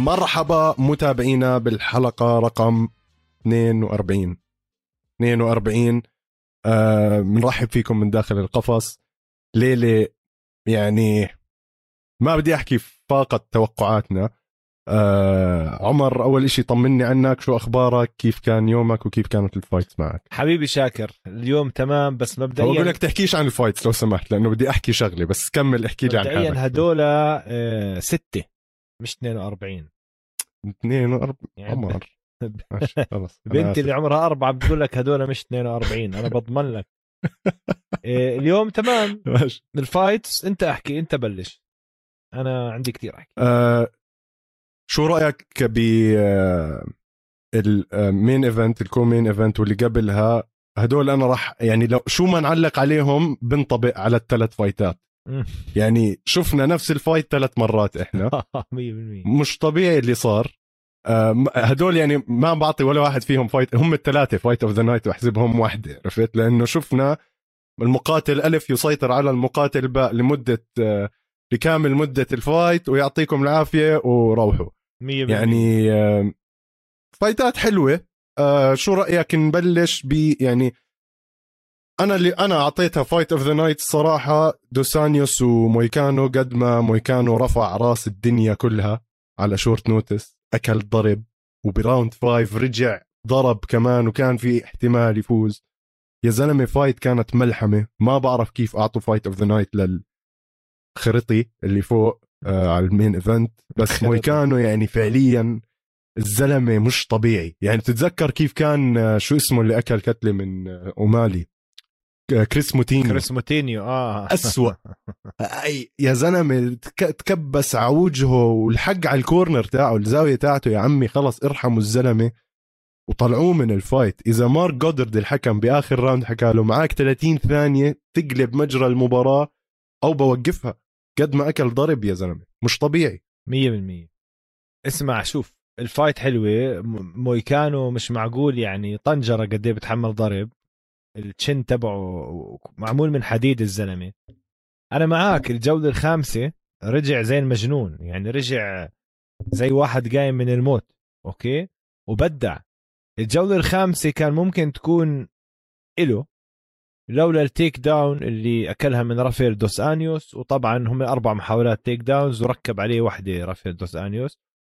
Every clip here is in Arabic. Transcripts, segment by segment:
مرحبا متابعينا بالحلقة رقم 42 بنرحب فيكم من داخل القفص. ليلة يعني ما بدي أحكي فاقت توقعاتنا. عمر، أول إشي طمني عنك، شو أخبارك؟ كيف كان يومك وكيف كانت الفايتس معك؟ حبيبي شاكر، اليوم تمام، بس مبدئيا بقول لك تحكيش عن الفايتس لو سمحت، لأنه بدي أحكي شغلة، بس كمل احكي لي عن حالك. مبدئيا هدول 6 مش 42 42 يعني عمر. ماشي خلص. بنتي اللي عمرها 4 بتقول لك هدول مش 42. أنا بضمن لك. اليوم تمام. ماشي. الفايتس أنت أحكي، أنت بلش، أنا عندي كتير أحكي. شو رأيك المين ايفنت، الكومين ايفنت واللي قبلها؟ هدول انا راح يعني لو شو ما نعلق عليهم بنطبق على الثلاث فايتات. يعني شفنا نفس الفايت 3 مرات احنا 100%. مش طبيعي اللي صار. هدول يعني ما بعطي ولا واحد فيهم فايت، هم الثلاثه فايت اوف ذا نايت واحسبهم واحده، عرفت؟ لانه شفنا المقاتل ألف يسيطر على المقاتل باء لمده لكامل مده الفايت، ويعطيكم العافيه وروحوا. 100%. يعني فايتات حلوة. شو رأيك نبلش يعني أنا أعطيتها فايت أوف ذا نايت صراحة دوسانيوس ومويكانو. قد ما مويكانو رفع راس الدنيا كلها على شورت نوتس، أكل ضرب، وبراوند 5 رجع ضرب كمان، وكان في احتمال يفوز. يا زلمة فايت كانت ملحمة. ما بعرف كيف أعطوا فايت أوف ذا نايت للخرطي اللي فوق على المين إيفنت، بس مويكانو يعني فعليا الزلمة مش طبيعي. يعني بتتذكر كيف كان شو اسمه اللي أكل كتلة من أومالي؟ كريس موتينيو. أسوأ. أي يا زلمة تكبس على وجهه والحق على الكورنر تاعه، الزاوية تاعته. يا عمي خلص ارحموا الزلمة وطلعوه من الفايت. إذا مارك جودرد الحكم بآخر راوند حكى له معاك 30 ثانية تقلب مجرى المباراة أو بوقفها، قد ما أكل ضرب يا زلمة مش طبيعي. 100%. اسمع، شوف الفايت حلوة. مويكانو مش معقول يعني طنجرة قد ايه بتحمل ضرب. التشن تبعه معمول من حديد الزلمة. أنا معاك. الجولة الخامسة رجع زي المجنون، يعني رجع زي واحد قايم من الموت. أوكي، وبدع. الجولة الخامسة كان ممكن تكون إله لولا التيك داون اللي أكلها من رافائيل دوس آنيوس. وطبعا هم 4 محاولات تيك داونز وركب عليه واحدة رافائيل دوس آنيوس.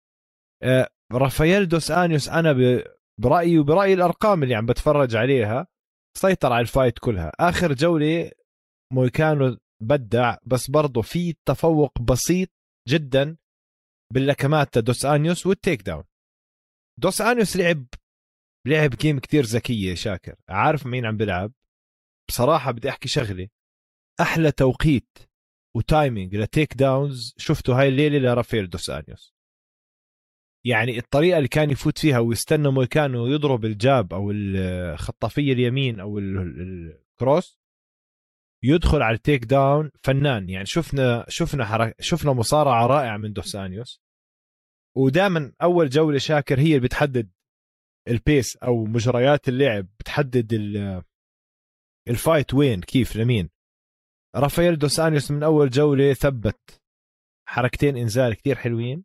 رافائيل دوس آنيوس أنا برأيي وبرأي الأرقام اللي عم بتفرج عليها سيطر على الفايت كلها. آخر جولة مويكانو بدع، بس برضه في تفوق بسيط جدا باللكمات دوس آنيوس والتيك داون. دوس آنيوس لعب جيم كتير ذكية. شاكر عارف مين عم بلعب بصراحة. بدي أحكي شغلة، أحلى توقيت وتايمينج لتيك داونز شفته هاي الليلة لرافائيل دوس آنيوس. يعني الطريقة اللي كان يفوت فيها ويستنى مويكانو يضرب الجاب أو الخطافية اليمين أو الكروس، يدخل على التيك داون فنان. يعني شفنا مصارعة رائعة من دوس آنيوس. ودائما أول جولة شاكر هي اللي بتحدد البيس أو مجريات اللعب، بتحدد الفايت وين كيف لمين. رافائيل دوس آنيوس من أول جولة ثبت حركتين إنزال كتير حلوين.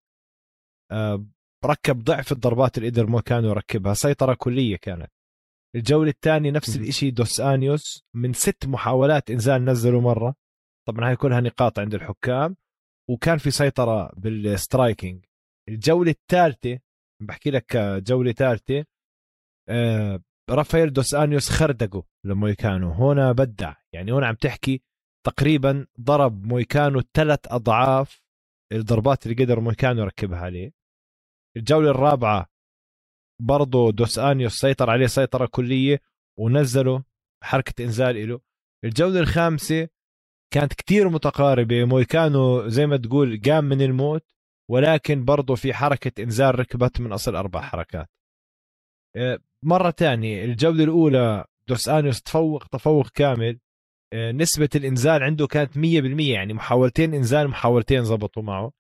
ركب ضعف الضربات اللي قدر ما كانوا يركبها، سيطرة كلية كانت. الجولة الثانية نفس الاشي، دوس آنيوس من 6 محاولات إنزال نزلوا مرة. طبعا هاي كلها نقاط عند الحكام، وكان في سيطرة بالسترايكينج. الجولة الثالثة بحكي لك جولة ثالثة، رافائيل دوس آنيوس خردقه لمويكانو. هنا بدع، يعني هنا عم تحكي تقريبا ضرب مويكانو 3 أضعاف الضربات اللي قدر مويكانو يركبها عليه. الجولة الرابعة برضو دوس آنيوس سيطر عليه سيطرة كلية ونزله حركة إنزال إله. الجولة الخامسة كانت كتير متقاربة. مويكانو زي ما تقول قام من الموت، ولكن برضو في حركة إنزال ركبت من أصل 4 حركات. مرة تانية الجولة الأولى دوس آنيوس تفوق كامل. نسبة الإنزال عنده كانت 100%، يعني محاولتين إنزال محاولتين زبطوا معه.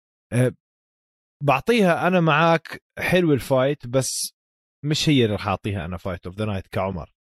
بعطيها أنا معاك حلو الفايت، بس مش هي اللي رح أعطيها أنا فايت أوف ذا نايت كعمر.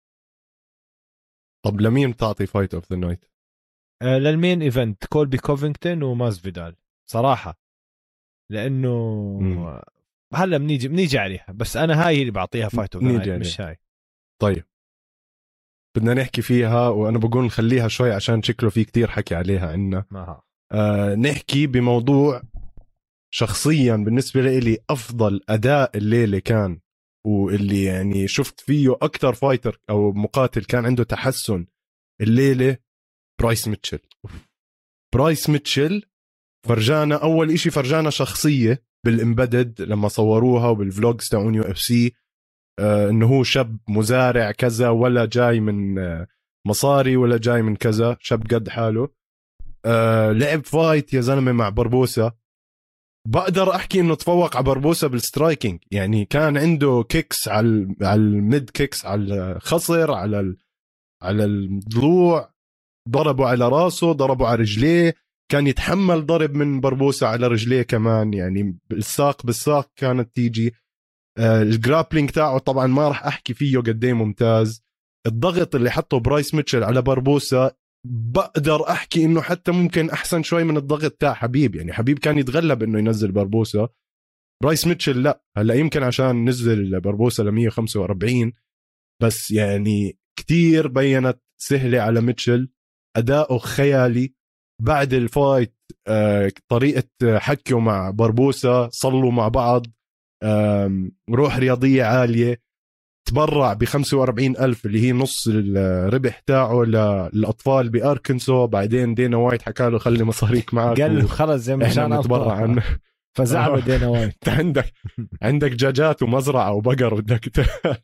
طب لمين بتعطي فايت اوف ذا نايت؟ للمين إيفنت كولبي كوفينغتون وماس فيدال صراحة. لانه هلا بنيجي عليها، بس انا هاي اللي بعطيها فايت اوف ذا نايت مش هاي. طيب بدنا نحكي فيها، وانا بقول نخليها شوي عشان شكله في كتير حكي عليها عنا. نحكي بموضوع شخصيا بالنسبة لي افضل اداء الليلة كان، واللي يعني شفت فيه اكتر فايتر او مقاتل كان عنده تحسن الليلة، برايس ميتشل. برايس ميتشل فرجانا اول اشي، فرجانا شخصية بالامبدد لما صوروها وبالفلوجز تاعون يو اف سي، انه هو شاب مزارع كذا، ولا جاي من مصاري، ولا جاي من كذا، شاب قد حاله. لعب فايت يا زلمة مع بربوسا، بقدر احكي انه تفوق على بربوسا بالسترايكينج. يعني كان عنده كيكس على الميد كيكس، على الخصر، على الضلوع، ضربوا على راسه، ضربوا على رجليه، كان يتحمل ضرب من بربوسا على رجليه كمان، يعني بالساق كانت تيجي. الجرابلينج تاعه طبعا ما راح احكي فيه قديه ممتاز. الضغط اللي حطه برايس ميتشل على بربوسا بقدر احكي انه حتى ممكن احسن شوي من الضغط تاع حبيب. يعني حبيب كان يتغلب انه ينزل بربوسا، برايس ميتشل لا. هلا يمكن عشان نزل بربوسا ل 145، بس يعني كتير بينت سهلة على ميتشل. أداؤه خيالي بعد الفايت، طريقة حكيه مع بربوسا، صلوا مع بعض، روح رياضية عالية. تبرع ب45,000 اللي هي نص الربح تاعه للأطفال بأركنسو. بعدين دينا وايت حكى له خلي مصاريك معك، قال له خلص زي ما احنا نتبرع عنه. فزعله دينا وايت. عندك دجاجات ومزرعة وبقر بدك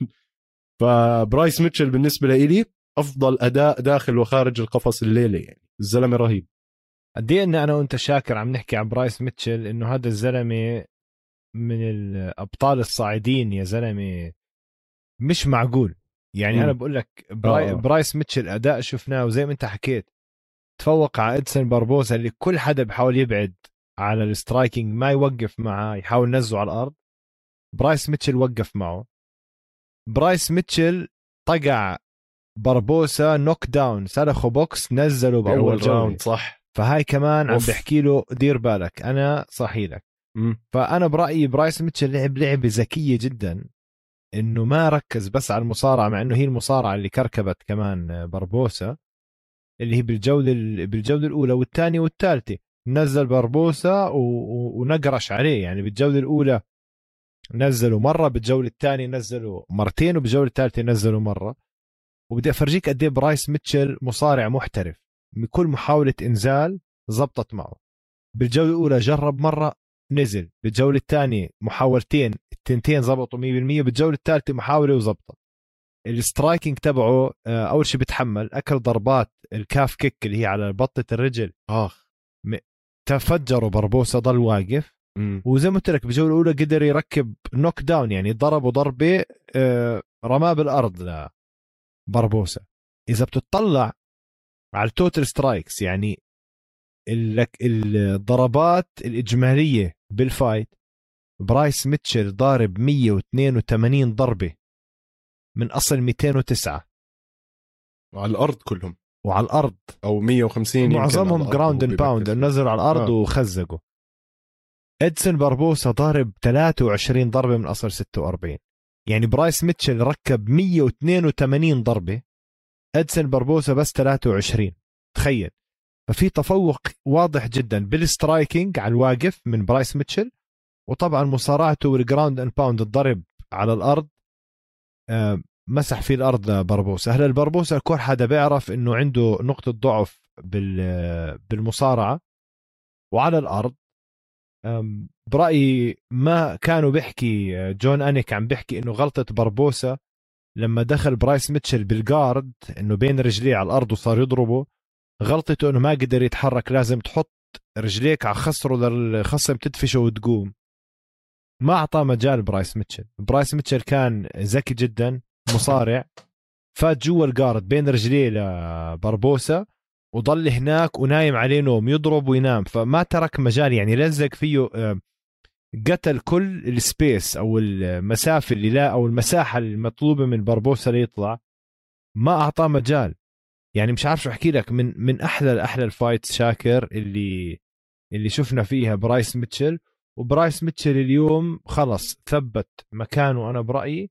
فبرايس ميتشل بالنسبة لي أفضل أداء داخل وخارج القفص الليلة. يعني الزلمة رهيب. قد ايه ان انا وانت شاكر عم نحكي عن برايس ميتشل انه هذا الزلمه من الابطال الصاعدين يا زلمه، مش معقول. يعني انا بقول لك برايس ميتشل اداء شفناه، وزي ما انت حكيت تفوق على ادسون باربوسا اللي كل حدا بحاول يبعد على السترايكينج، ما يوقف معه، يحاول نزله على الارض. برايس ميتشل وقف معه. برايس ميتشل طقع باربوسا نوك داون، سلخه بوكس، نزله باول راوند. صح. فهاي كمان عم بحكي له دير بالك انا صحي لك. فانا برايي برايس ميتشل لعب لعبه ذكيه جدا، انه ما ركز بس على المصارعه، مع انه هي المصارعه اللي كركبت كمان باربوسا، اللي هي بالجوله الاولى والثانيه والثالثه نزل باربوسا ونقرش عليه. يعني بالجوله الاولى نزلوا مره، بالجوله الثانيه نزلوا مرتين، وبالجوله الثالثه نزلوا مره. وبدي افرجيك قد ايه برايس ميتشل مصارع محترف، من كل محاوله انزال زبطت معه. بالجوله الاولى جرب مره نزل، بالجوله الثانيه محاولتين، التنتين زبطوا 100%، بالجوله الثالثه محاوله وزبطت. السترايكينج تبعه اول شيء بتحمل، اكل ضربات الكاف كيك اللي هي على بطه الرجل، تفجروا بربوسا ضل واقف. وزي ما قلت لك بالجوله الاولى قدر يركب نوك داون، يعني ضربه ضربه رماه بالارض لبربوسا. اذا بتطلع على التوتال سترايكس، يعني الضربات الاجماليه بالفايت، برايس ميتشل ضارب 182 ضربه من اصل 209 وعلى الارض كلهم، وعلى الارض او 150 معظمهم جراوند اند باوند، نزلوا على الارض وخزقوا. ادسون باربوسا ضارب 23 ضربه من اصل 46. يعني برايس ميتشل ركب 182 ضربه، ادسون باربوسا بس 23. تخيل. ففي تفوق واضح جدا بالسترايكينج على الواقف من برايس ميتشل، وطبعا مصارعته والجراوند اند باوند، الضرب على الارض مسح في الارض لبربوسا. هلا البربوسا كل حدا بيعرف انه عنده نقطه ضعف بالمصارعه وعلى الارض. برايي ما كانوا بيحكي جون انيك عم بيحكي انه غلطه بربوسا لما دخل برايس ميتشل بالجارد، انه بين رجليه على الارض وصار يضربه، غلطته انه ما قدر يتحرك. لازم تحط رجليك على خصره للخصم تدفشه وتقوم. ما اعطاه مجال برايس ميتشل. برايس ميتشل كان ذكي جدا، مصارع، فات جوا الجارد بين رجليه لبربوسا وضل هناك ونايم عليه نوم، يضرب وينام، فما ترك مجال. يعني لزق فيه، قتل كل السبيس او المسافه اللي لا او المساحه المطلوبه من بربوسا ليطلع، ما اعطاه مجال. يعني مش عارف شو احكي لك، من احلى الفايتس شاكر اللي شفنا فيها برايس ميتشل. وبرايس ميتشل اليوم خلص ثبت مكانه أنا برأيي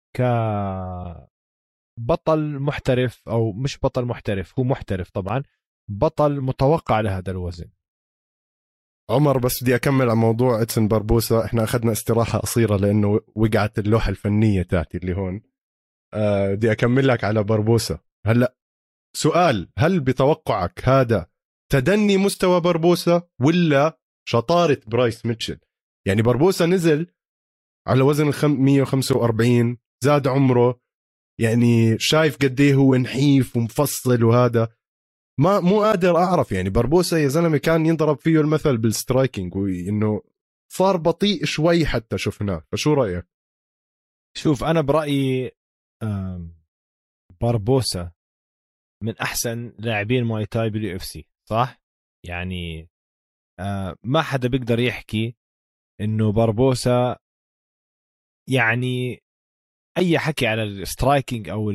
كبطل محترف، أو مش بطل محترف، هو محترف طبعا، بطل متوقع لهذا الوزن. عمر بس بدي أكمل عن موضوع إدسن باربوسا. إحنا أخذنا استراحة قصيرة لأنه وقعت اللوحة الفنية تاعتي اللي هون. بدي أكمل لك على باربوسا. هلأ سؤال، هل بتوقعك هذا تدني مستوى باربوسا ولا شطارة برايس ميتشل؟ يعني باربوسا نزل على وزن 145، زاد عمره، يعني شايف قديه هو نحيف ومفصل، وهذا ما مو قادر أعرف. يعني باربوسا يا زلمة كان ينضرب فيه المثل بالسترايكينج، وإنه صار بطيء شوي حتى شفناه. فشو رأيك؟ شوف أنا برأيي باربوسا من أحسن لاعبين ماي تاي باليو اف سي، صح؟ يعني ما حدا بيقدر يحكي إنه باربوسا يعني أي حكي على السترايكينج أو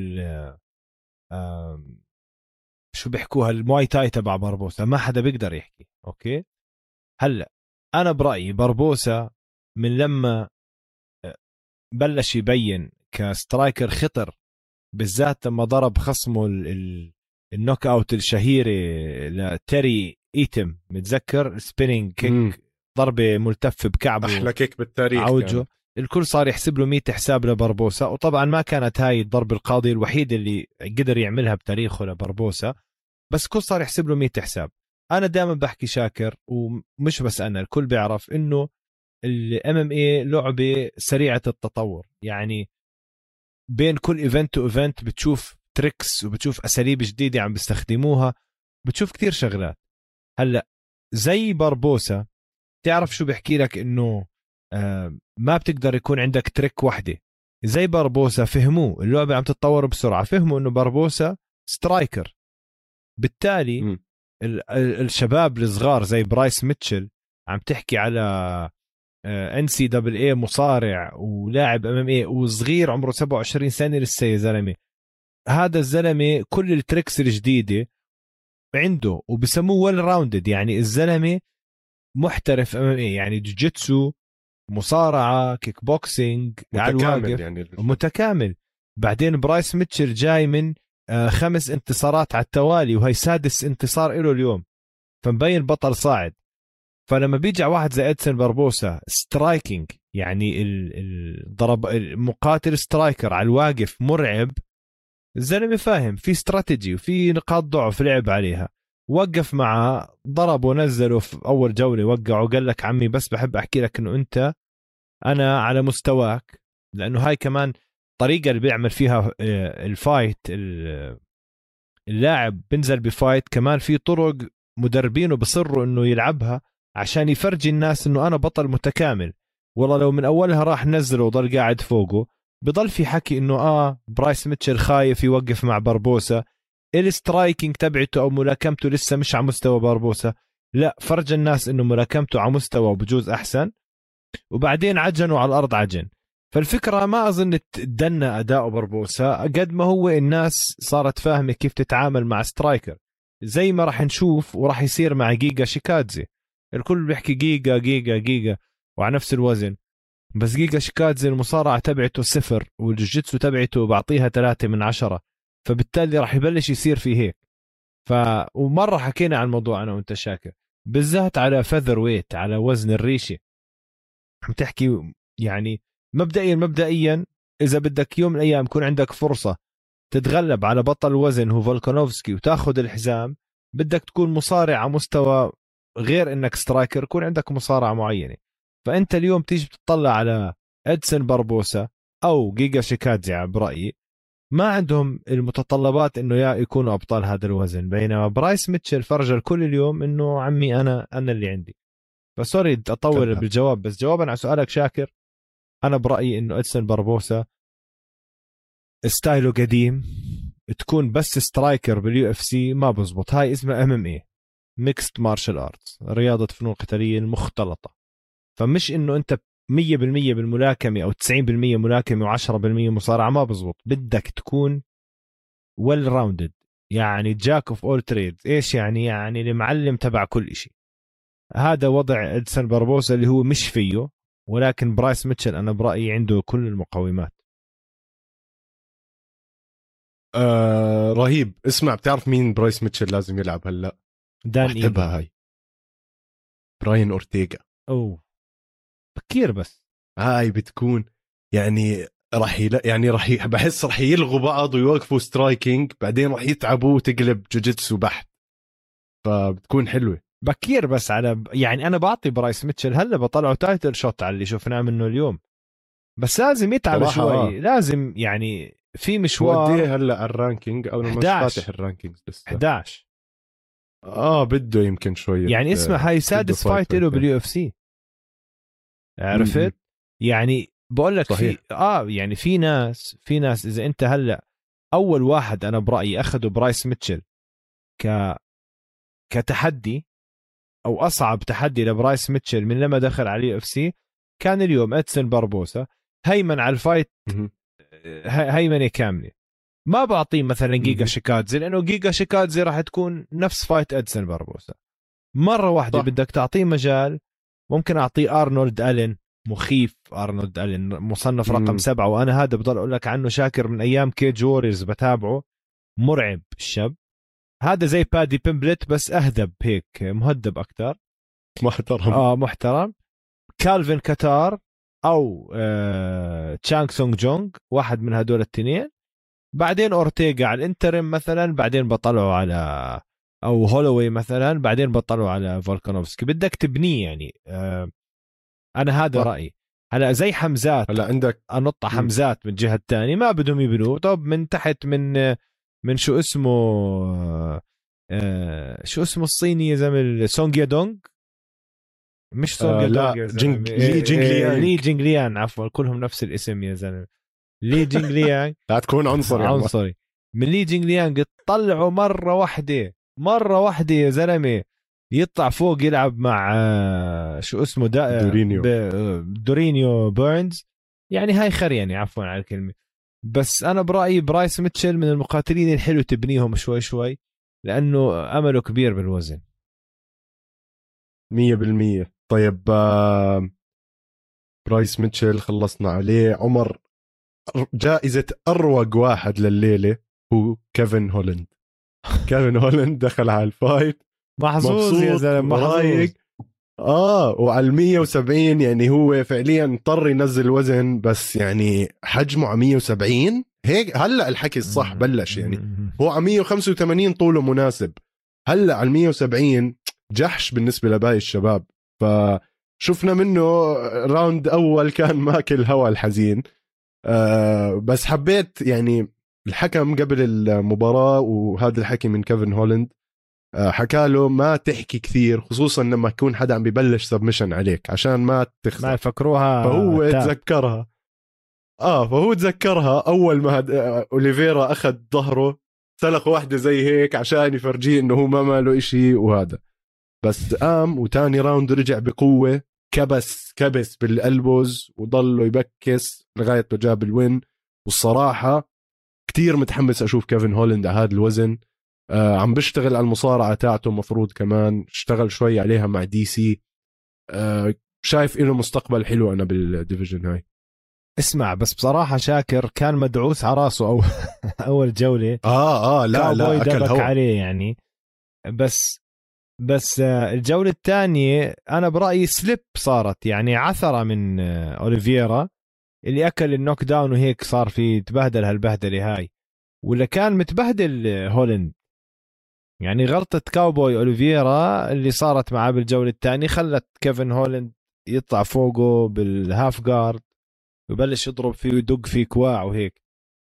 شو بيحكوها المواي تاي تبع باربوسا، ما حدا بيقدر يحكي. أوكي، هلأ أنا برأيي باربوسا من لما بلش يبين كسترايكر خطر، بالذات لما ضرب خصمه النوك اوت الشهيرة لتيري ايتم، متذكر سبينينج كيك، ضربة ملتفة بكعبه، أحلى كيك بالتاريخ عوجه كان. الكل صار يحسب له 100 حساب لبربوسا، وطبعا ما كانت هاي الضربة القاضية الوحيدة اللي قدر يعملها بتاريخه لبربوسا، بس الكل صار يحسب له 100 حساب. أنا دائما بحكي شاكر، ومش بس أنا، الكل بيعرف إنه الام ام اي لعبة سريعة التطور. يعني بين كل ايفنت وايفنت بتشوف تريكس وبتشوف اساليب جديده عم بيستخدموها، بتشوف كتير شغلات. هلا زي باربوسا تعرف شو بحكي لك، انه ما بتقدر يكون عندك تريك واحده. زي باربوسا فهموه اللعبه عم تتطور بسرعه، فهموا انه باربوسا سترايكر، بالتالي الشباب الصغار زي برايس ميتشل، عم تحكي على ان سي دبل اي مصارع ولاعب ام ام اي وصغير عمره 27 سنه لسه يا زلمه. هذا الزلمه كل التريكس الجديده عنده وبسموه ويل راوندد، يعني الزلمه محترف ام ام اي، يعني جوجيتسو، مصارعه، كيك بوكسينج، على الواقف يعني متكامل. بعدين برايس ميتشل جاي من 5 انتصارات على التوالي، وهي 6 انتصار له اليوم، فمبين بطل صاعد. فلما بيجي واحد زي ادسن باربوسا سترايكينج، يعني الضرب المقاتل سترايكر على الواقف مرعب، الزلمه فاهم في استراتيجي وفي نقاط ضعف لعب عليها، وقف معه ضرب ونزله في اول جوله، وقعه قال لك عمي بس بحب احكي لك انه انت انا على مستواك. لانه هاي كمان طريقه اللي بيعمل فيها الفايت، اللاعب بنزل بفايت كمان في طرق مدربينه بصروا انه يلعبها عشان يفرجي الناس انه انا بطل متكامل. والله لو من اولها راح نزله وضل قاعد فوقه، بضل في حكي انه برايس ميتشل خايف يوقف مع باربوسا، السترايكينج تبعته او ملاكمته لسه مش على مستوى باربوسا. لا، فرج الناس انه ملاكمته على مستوى وبجوز احسن، وبعدين عجنوا على الارض عجن. فالفكره ما اظن تدنى اداؤه باربوسا قد ما هو الناس صارت فاهمه كيف تتعامل مع سترايكر، زي ما راح نشوف وراح يصير مع جيجا شيكادزي. الكل بيحكي جيجا جيجا جيجا وعلى نفس الوزن، بس جيجا شيكادزي المصارعة تبعته 0 والجوجيتسو تبعته بعطيها 3/10، فبالتالي راح يبلش يصير في هيك. ومرة حكينا عن الموضوع أنا وأنت شاكر، بالذات على فذر ويت، على وزن الريشة. عم تحكي يعني مبدئيا إذا بدك يوم من الأيام يكون عندك فرصة تتغلب على بطل وزن هو فولكانوفسكي وتاخد الحزام، بدك تكون مصارع على مستوى غير انك سترايكر، يكون عندك مصارعة معينة. فانت اليوم تيجي بتطلع على ادسن باربوسا او جيجا شيكادزي برأيي ما عندهم المتطلبات انه يكونوا ابطال هذا الوزن، بينما برايس ميتشل فرج الكل اليوم انه عمي انا اللي عندي. فسوري اطول بالجواب، بس جوابا على سؤالك شاكر، انا برأيي انه ادسن باربوسا ستايله قديم، تكون بس سترايكر باليو اف سي ما بزبط. هاي اسمها ام ام اي، ميكست مارشال ارتس، رياضة فنون قتالية المختلطة. فمش انه انت 100% بالملاكمة او 90% ملاكمة و10% مصارعة، ما بزبط. بدك تكون ويل راوندد، يعني جاك اوف اول تريدز. ايش يعني؟ يعني المعلم تبع كل اشي. هذا وضع إدسون باربوسا اللي هو مش فيه، ولكن برايس ميتشل أنا برأيي عنده كل المقومات. رهيب. اسمع، بتعرف مين برايس ميتشل لازم يلعب هلا؟ دان إيجن. هاي براين أورتيغا. أوه بكير، بس هاي بتكون يعني بحس رح يلغوا بعض ويوقفوا سترايكينج، بعدين رح يتعبوا وتقلب جوجيتسو بحت، فبتكون حلوة. بكير بس على يعني أنا بعطي برايس ميتشل هلا بطلعوا تايتل شوت على اللي شفناه منه اليوم، بس لازم يتعب شوي. لازم يعني في مشوار. قد هلا على الرانكينج او مش فاتح الرانكينج لسه 11. بده يمكن شويه يعني اسمع، هاي سادس فايت له باليو اف سي، عرفت؟ يعني بقول لك في يعني في ناس اذا انت هلا اول واحد انا برايي اخذوا برايس ميتشل كتحدي او اصعب تحدي لبرايس ميتشل من لما دخل على اليو اف سي، كان اليوم ادسون باربوسا هيمن على الفايت، هيمنه كامله. ما بعطيه مثلا جيجا شيكادزي، لانه جيجا شيكادزي راح تكون نفس فايت ادسون باربوسا. مره واحده صح. بدك تعطيه مجال. ممكن اعطيه ارنولد الين، مخيف ارنولد الين مصنف رقم 7، وانا هذا بضل اقول لك عنه شاكر من ايام كيج ووريرز بتابعه، مرعب الشاب هذا، زي بادي بيمبلت بس اهدب هيك، مهدب اكثر، محترم. محترم. كالفين كاتار او تشانغ سونغ جونغ، واحد من هدول التنين. بعدين اورتيغا على الانترم مثلا، بعدين بطلعوا على او هولوي مثلا، بعدين بطلعوا على فولكانوفسكي. بدك تبنيه يعني. انا هذا رايي. هلا زي حمزات، هلا عندك انط حمزات من الجهه الثانيه ما بدهم يبنوه. طب من تحت من شو اسمه شو اسمه الصيني يا زلمه، سونغ يادونغ، مش سونغ يادونغ يا زلمه، لي جينغليان عفوا، كلهم نفس الاسم يا زلمه، لي جينغليان. لا تكون عنصري من لي جينغليان طلعوا مره واحده يا زلمه، يطلع فوق يلعب مع شو اسمه دورينيو بيرنز. يعني هاي خرياني، عفوا على الكلمه. بس انا برايي برايس ميتشل من المقاتلين الحلو تبنيهم شوي شوي، لانه امله كبير بالوزن 100%. طيب برايس ميتشل خلصنا عليه. عمر، جائزة أروق واحد لليلة هو كيفن هولند. كيفن هولند دخل على الفايت محظوظ يا زلمة، محظوظ. وعلى 170 يعني هو فعليا اضطر ينزل وزن، بس يعني حجمه على 170 هيك. هلا الحكي الصح بلش، يعني هو على 185 طوله مناسب، هلا على 170 جحش بالنسبة لباقي الشباب. فشفنا منه راوند أول كان ماكل هوا الحزين. بس حبيت يعني الحكم قبل المباراة، وهذا الحكي من كيفن هولند، حكى له ما تحكي كثير، خصوصا لما يكون حدا عم ببلش سبمشن عليك، عشان ما تخسر، ما يفكروها. فهو تذكرها فهو تذكرها اول ما اوليفيرا اخذ ظهره سلخ واحدة زي هيك عشان يفرجيه انه هو ما ماله اشي وهذا. بس قام وتاني راوند رجع بقوة، كبس بالألبوز وضله يبكس لغاية ما جاب الوين. والصراحة كتير متحمس أشوف كيفن هولند على هذا الوزن. عم بشتغل على المصارعة تاعته، مفروض كمان اشتغل شوي عليها مع دي سي. شايف إنه مستقبل حلو أنا بالديفيجن هاي. اسمع بس بصراحة شاكر كان مدعوس على راسه أو أول جولة. لا أكل هوا عليه يعني. بس الجولة الثانية أنا برأيي سليب صارت، يعني عثرة من أوليفيرا اللي أكل النوك داون، وهيك صار في تبهدل هالبهدلة هاي. ولا كان متبهدل هولند، يعني غلطة كاوبوي أوليفيرا اللي صارت معاه بالجولة الثانية خلت كيفن هولند يطلع فوقه بالهاف جارد ويبلش يضرب فيه ويدق فيه كواع وهيك.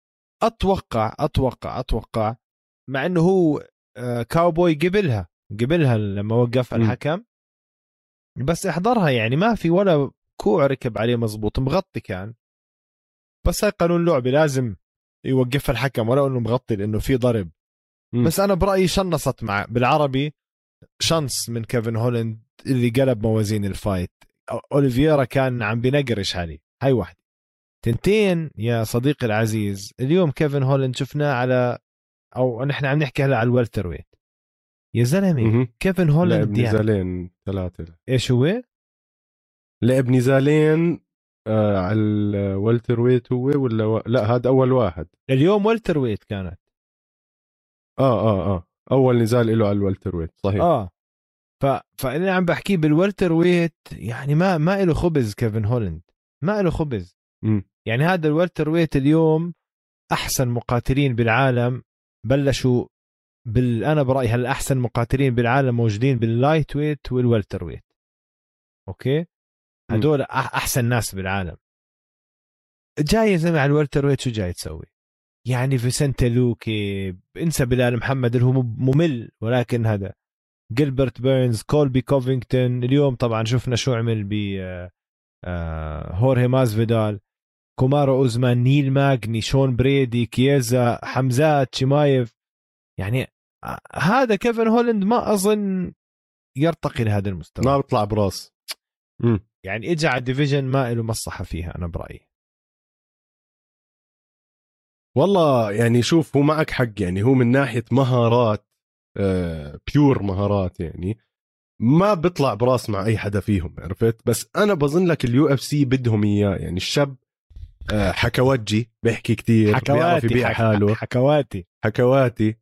أتوقع مع أنه هو كاوبوي قبلها لما وقف الحكم، بس احضرها يعني ما في ولا كوع ركب عليه مزبوط، مغطي كان، بس هاي قانون لعبة لازم يوقف الحكم ولو انه مغطي لانه في ضرب. بس انا برأيي شنصت مع بالعربي شنص من كيفن هولند اللي قلب موازين الفايت. أوليفيرا كان عم بنقرش عليه. هاي واحدة. تنتين يا صديقي العزيز، اليوم كيفن هولند شفناه على، او نحن عم نحكي هلا على الوالتر ويت، يا زلمه كيفن لعب هولند يعني نزالين 3. ايش هو لعب نزالين على الوالتر ويت هو ولا لا هذا اول واحد اليوم والتر ويت كانت اول نزال له على الوالتر ويت صحيح. فانا عم بحكي بالوالتر ويت يعني ما له خبز كيفن هولند ما له خبز. يعني هذا الوالتر ويت اليوم احسن مقاتلين بالعالم بلشوا انا برايي هلا احسن مقاتلين بالعالم موجودين باللايت ويت والوالتر ويت. اوكي هدول احسن ناس بالعالم. جاي زي على الوالتر ويت شو جاي تسوي؟ يعني فيسنتي لوكي انسى بلال محمد اللي هو ممل، ولكن هذا جيلبرت بيرنز كولبي كوفينغتون. اليوم طبعا شفنا شو عمل ب هورهي مازفيدال كومارو اوزمان نيل ماغني شون بريدي كييزا حمزات شمايف. يعني هذا كيفن هولند ما اظن يرتقي لهذا المستوى، ما بيطلع براس. يعني اجى على الديفيجن ما له مصلحه فيها انا برايي. والله يعني شوف هو معك حق، يعني هو من ناحيه مهارات بيور مهارات يعني ما بيطلع براس مع اي حدا فيهم عرفت. بس انا بظن لك اليو اف سي بدهم اياه، يعني الشاب حكواتجي بيحكي كتير بيعرف يبيع حاله حكواتي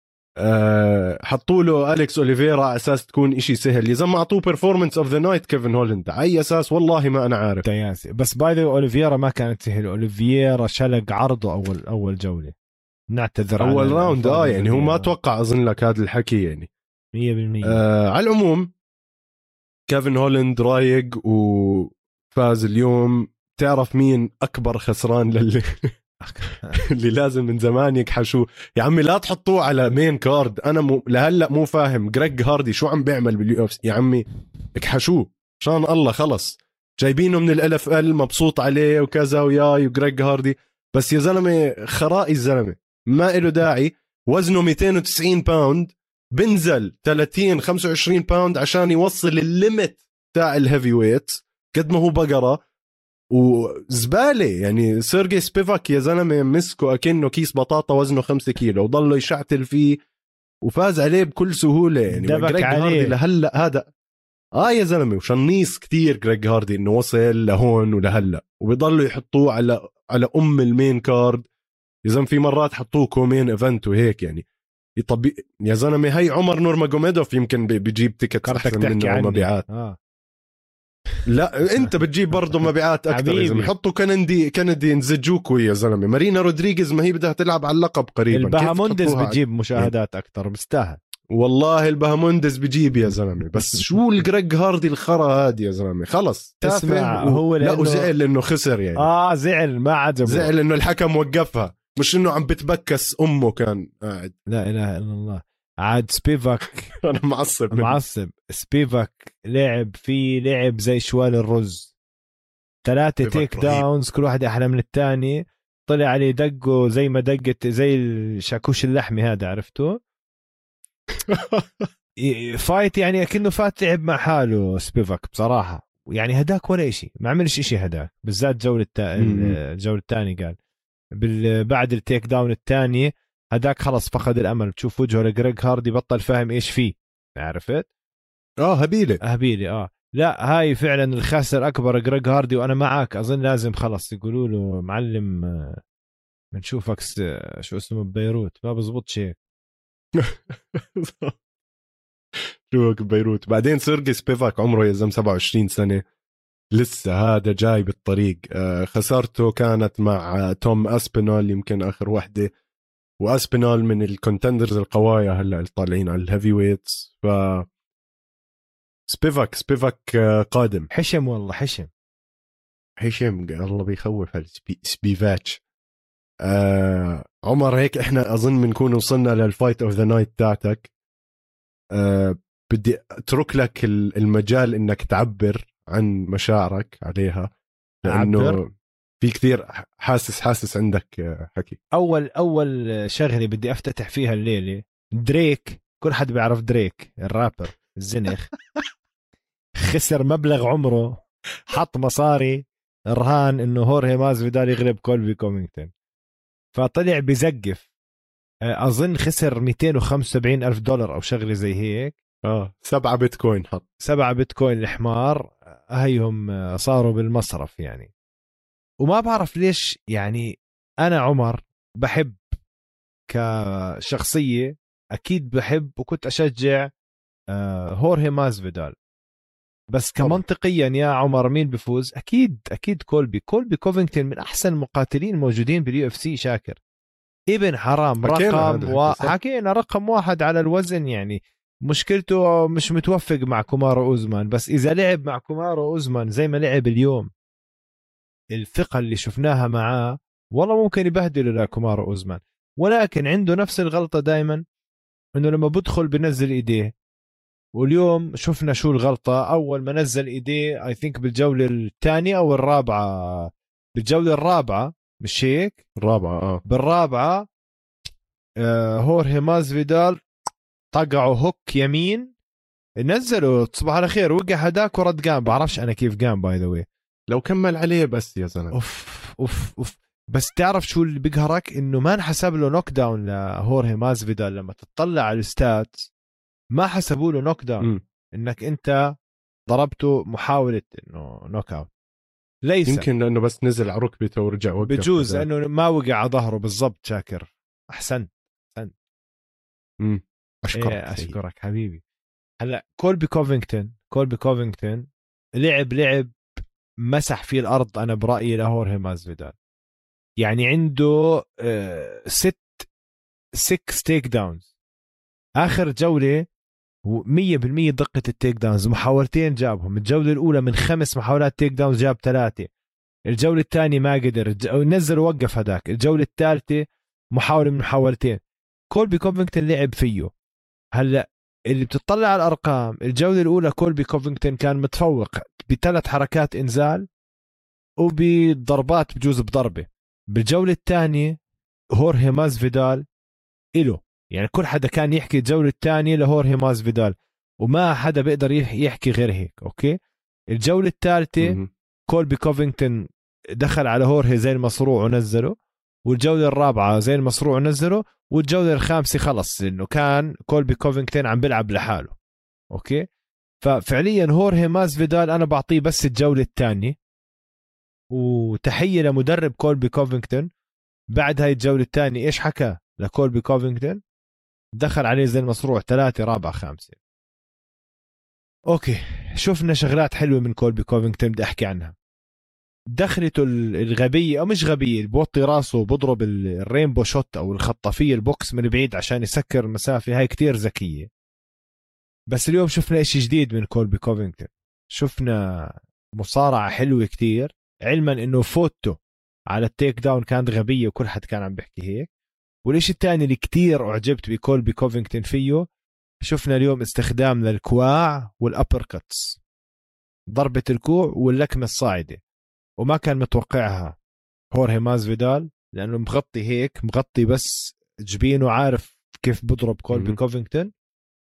حطوا له أليكس أوليفيرا على أساس تكون إشي سهل. يا زلمة أعطوه performance of the night كيفن هولند على أي أساس والله ما أنا عارف. تياسي بس باي أوليفيرا ما كانت سهل. أوليفيرا شلق عرضه أول جولة نعتذر أول راوند يعني هو ما توقع أظن لك هذا الحكي يعني 100%. على العموم كيفن هولند رايق وفاز اليوم. تعرف مين أكبر خسران اللي لازم من زمان يكحشوه يا عمي لا تحطوه على مين كارد. انا لهلا مو فاهم جريج هاردي شو عم بيعمل باليو اف سي يا عمي. اكحشوه شان الله خلص جايبينه من ال اف ال مبسوط عليه وكذا وياي وجريج هاردي بس يا زلمه خرائي الزلمه ما له داعي. وزنه 290 باوند بنزل 30-25 باوند عشان يوصل الليمت تاع الهيفي ويت قد ما هو بقره وزباله. يعني سيرجي سبيفاك يا زلمه مسكه اكنه كيس بطاطا وزنه 5 كيلو وضله يشعتل فيه وفاز عليه بكل سهوله. يعني جريج هاردي لهلا هذا يا زلمه وشنيص كتير جريج هاردي انه وصل لهون ولهلا وبيضلوا يحطوه على المين كارد. يا زلمه في مرات حطوه كومين ايفنت وهيك يعني يا زلمه هي عمر نورماجوميدوف يمكن بيجيب تيكت احسن منه ومبيعات. لا انت بتجيب برضه مبيعات اكثر. اذا بحطوا كندي نزجوكوا يا زلمه. مارينا رودريغيز ما هي بدها تلعب على اللقب قريبا. البهاموندز بتجيب مشاهدات اكثر بيستاهل والله. البهاموندز بيجيب يا زلمه بس شو الجريج هاردي الخرا هذه يا زلمه خلص تسمع هو لا وزعل انه خسر يعني زعل ما عجبه زعل انه الحكم وقفها مش انه عم بتبكس امه كان قاعد. لا اله الا الله. عاد سبيفاك انا معصب سبيفاك لعب زي شوال الرز 3 تيك داونز كل واحد احلى من الثاني. طلع عليه دقه زي ما دقت زي الشاكوش اللحمي هذا عرفته فايت يعني اكنه فات لعب مع حاله سبيفاك بصراحه. يعني هداك ولا إشي ما عملش إشي هداك بالذات الجولة الثانية قال بعد التيك داون الثاني هداك خلص فقد الامل. بتشوف وجهه لجريج هاردي بطل فاهم ايش فيه عرفت. هبيلي لا هاي فعلا الخاسر اكبر جريج هاردي وانا معك. اظن لازم خلص يقولوا له معلم بنشوفك شو اسمه ببيروت ما بزبطش هيك شوك ببيروت. بعدين سيرجي سبيفاك عمره يا زلمه 27 سنه لسه هذا جاي بالطريق. خسارته كانت مع توم اسبينال يمكن اخر وحده واسبينال من الكونتندرز القوايا هلا اللي طالعين على الهيفي ويتس. ف سبيفاك قادم. حشم والله حشم الله بيخوف سبيفاتش. عمر هيك احنا اظن بنكون وصلنا للفايت اوف ذا نايت تاعتك. بدي اترك لك المجال انك تعبر عن مشاعرك عليها لانه في كثير حاسس عندك حكي. اول شغله بدي افتتح فيها الليله دريك. كل حد بيعرف دريك الرابر الزنخ خسر مبلغ عمره حط مصاري رهان انه هورهي مازفيدال يغلب كولبي كومينغتون. فطلع بزقف اظن خسر $275,000 او شغله زي هيك. 7 بيتكوين حط. 7 بيتكوين الحمار هيهم صاروا بالمصرف يعني. وما بعرف ليش يعني. انا عمر بحب كشخصيه، اكيد بحب وكنت اشجع هورهي مازفيدال، بس كمنطقيا يا عمر مين بيفوز؟ اكيد كولبي كوفينغتون من احسن المقاتلين موجودين باليو اف سي. شاكر ابن حرام، حكينا رقم واحد على الوزن يعني. مشكلته مش متوفق مع كومارو اوزمان، بس اذا لعب مع كومارو اوزمان زي ما لعب اليوم، الثقه اللي شفناها معاه والله ممكن يبهدلوا لكومارو اوزمان. ولكن عنده نفس الغلطه دائما، انه لما بدخل بنزل ايديه. واليوم شفنا شو الغلطه، اول ما نزل ايديه اي ثينك بالجوله الثانيه او الرابعه، بالجوله الرابعه مش هيك؟ الرابعه. بالرابعه هورهي مازفيدال طقعوا هوك يمين، نزلوا صباح على خير، وقع هداك ورد قام. بعرفش انا كيف قام باي ذا واي. لو كمل عليه بس يا زلمه. اوف. بس تعرف شو اللي بيقهرك؟ انه ما انحسب له نوك داون لهورهي مازفيدال. لما تطلع على الستات ما حسبوا له نوك داون. انك انت ضربته محاوله انه نوك اوت. ليس يمكن لانه بس نزل على ركبته ورجع وقف. بجوز لانه ما وقع على ظهره بالضبط. شاكر احسنت. اشكرك حبيبي. هلا كولبي كوفينغتون لعب مسح فيه الارض انا برايي لهورهي مازفيدال. يعني عنده 6 تيك داونز اخر جوله، و100% دقه التيك داونز. محاولتين جابهم. الجوله الاولى من 5 محاولات تيك داونز جاب 3. الجوله الثانيه ما قدر نزل ووقف هداك. الجوله الثالثه محاوله من محاولتين. كولبي كوفينغتون لعب فيه. هلا اللي بتطلع على الارقام، الجوله الاولى كولبي كوفينغتون كان متفوق ب3 حركات انزال وبضربات بجوز بضربه. بالجوله الثانيه هورهي مازفيدال إله، يعني كل حدا كان يحكي الجوله الثانيه لهورهي مازفيدال، وما حدا بيقدر يحكي غير هيك. اوكي الجوله الثالثه كولبي كوفينغتون دخل على هورهي زي المصروع ونزله، والجوله الرابعه زي المصروع ونزله، والجوله الخامسه خلص انه كان كولبي كوفينغتون عم بيلعب لحاله. اوكي ففعليا هورهي مازفيدال انا بعطيه بس الجوله الثانيه، وتحيه لمدرب كولبي كوفينغتون. بعد هاي الجوله الثانيه ايش حكى لكولبي كوفينغتون؟ دخل عليه زي المصروع 3 4 5. اوكي شفنا شغلات حلوه من كولبي كوفينغتون بدي احكي عنها. دخلته الغبيه او مش غبيه، بوطي راسه وبضرب الرينبو شوت او الخطافيه البوكس من بعيد عشان يسكر المسافه، هاي كتير ذكيه. بس اليوم شفنا إشي جديد من كولبي كوفينغتون. شفنا مصارعه حلوه كتير، علما انه فوتو على التيك داون كانت غبيه وكل حد كان عم بيحكي هيك. والإشي الثاني اللي كتير أعجبت بكولبي كوفينغتون فيه، شفنا اليوم استخدام للكواع والأبر كاتس، ضربة الكوع واللكمة الصاعدة، وما كان متوقعها هورهي مازفيدال لأنه مغطي هيك، مغطي بس جبينه، عارف كيف بضرب كولبي كوفينغتون.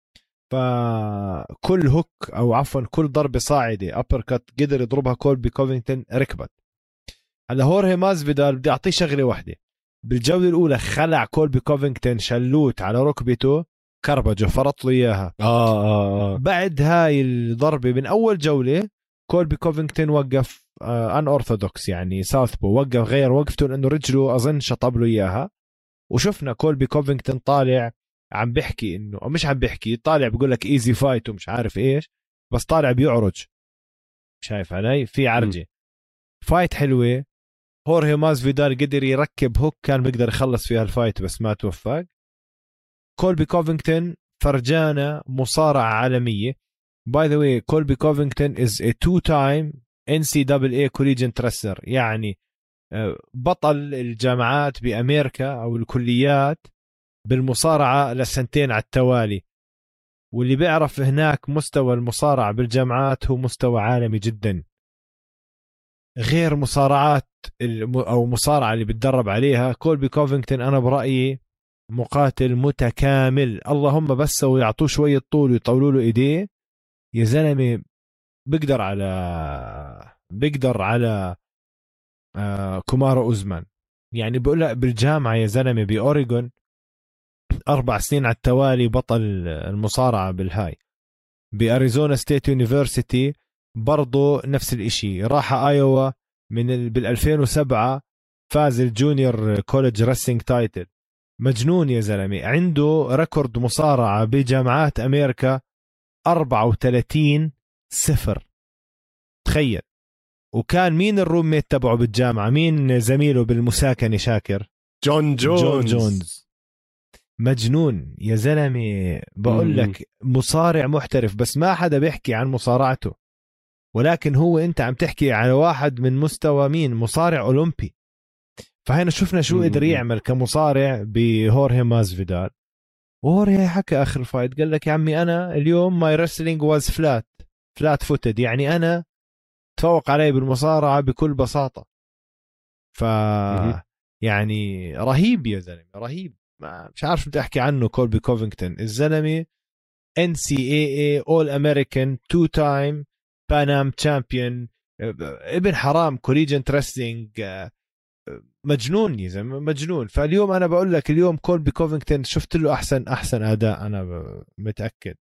فكل هوك أو عفوا كل ضربة صاعدة أبر كات قدر يضربها كولبي كوفينغتون ركبت. هلا هورهي مازفيدال بدي أعطيه شغلة واحدة. بالجولة الأولى خلع كولبي كوفينغتون شلوت على ركبته، كربجه فرط له إياها. بعد هاي الضربة من أول جولة كولبي كوفينغتون وقف ان اورثودوكس، يعني ساوث بو، وقف غير وقفته لأنه رجله أظن شطب له إياها. وشفنا كولبي كوفينغتون طالع عم بيحكي إنه، أو مش عم بيحكي، طالع بيقول لك ايزي فايت ومش عارف إيش، بس طالع بيعرج. شايف علي في عرجة. فايت حلوة. هورهي مازفيدال قدر يركب هوك كان بيقدر يخلص فيها الفايت بس ما توفق. كولبي كوفينغتون فرجانا مصارعة عالمية. باي ذا واي كولبي كوفينغتون is a 2-time NCAA collegiate wrestler، يعني بطل الجامعات بأمريكا أو الكليات بالمصارعة لسنتين على التوالي. واللي بيعرف هناك مستوى المصارعة بالجامعات هو مستوى عالمي جدا، غير مصارعات أو مصارعة اللي بتدرب عليها. كولبي كوفينغتون أنا برأيي مقاتل متكامل. اللهم بس ويعطوه شوية طول ويطولوا له إيديه يا زلمة، بقدر على كومارو أوزمان. يعني بقول بالجامعة يا زلمة بأوريغون 4 سنين على التوالي بطل المصارعة بالهاي. بأريزونا ستيت يونيفرسيتي برضو نفس الاشي، راح ايوا من 2007 فاز الجونيور كوليدج رسلينج تايتل. مجنون يا زلمة، عنده ريكورد مصارعة بجامعات أمريكا 34-0. تخيل. وكان مين الروميت تبعه بالجامعة؟ مين زميله بالمساكنة؟ شاكر جون جونز. مجنون يا زلمة، بقول لك مصارع محترف، بس ما حدا بيحكي عن مصارعته. ولكن هو انت عم تحكي على واحد من مستوى مين؟ مصارع أولمبي. فهنا شفنا شو قدر يعمل كمصارع بهورهي مازفيدال. وهورهي حكى آخر الفايت قال لك يا عمي أنا اليوم ماي رسلينج واز فلات فوتد، يعني أنا تفوق علي بالمصارعة بكل بساطة. ف يعني رهيب يا زلمة، رهيب. مش عارف بدي أحكي عنه. كولبي كوفينغتون الزلمة NCAA All American 2-time Pan Am Champion، ابن حرام كوليجنت رسلينج، مجنون يا زلمة مجنون. فاليوم أنا بقول لك اليوم كولبي كوفينغتون شفت له أحسن أداء، أنا متأكد.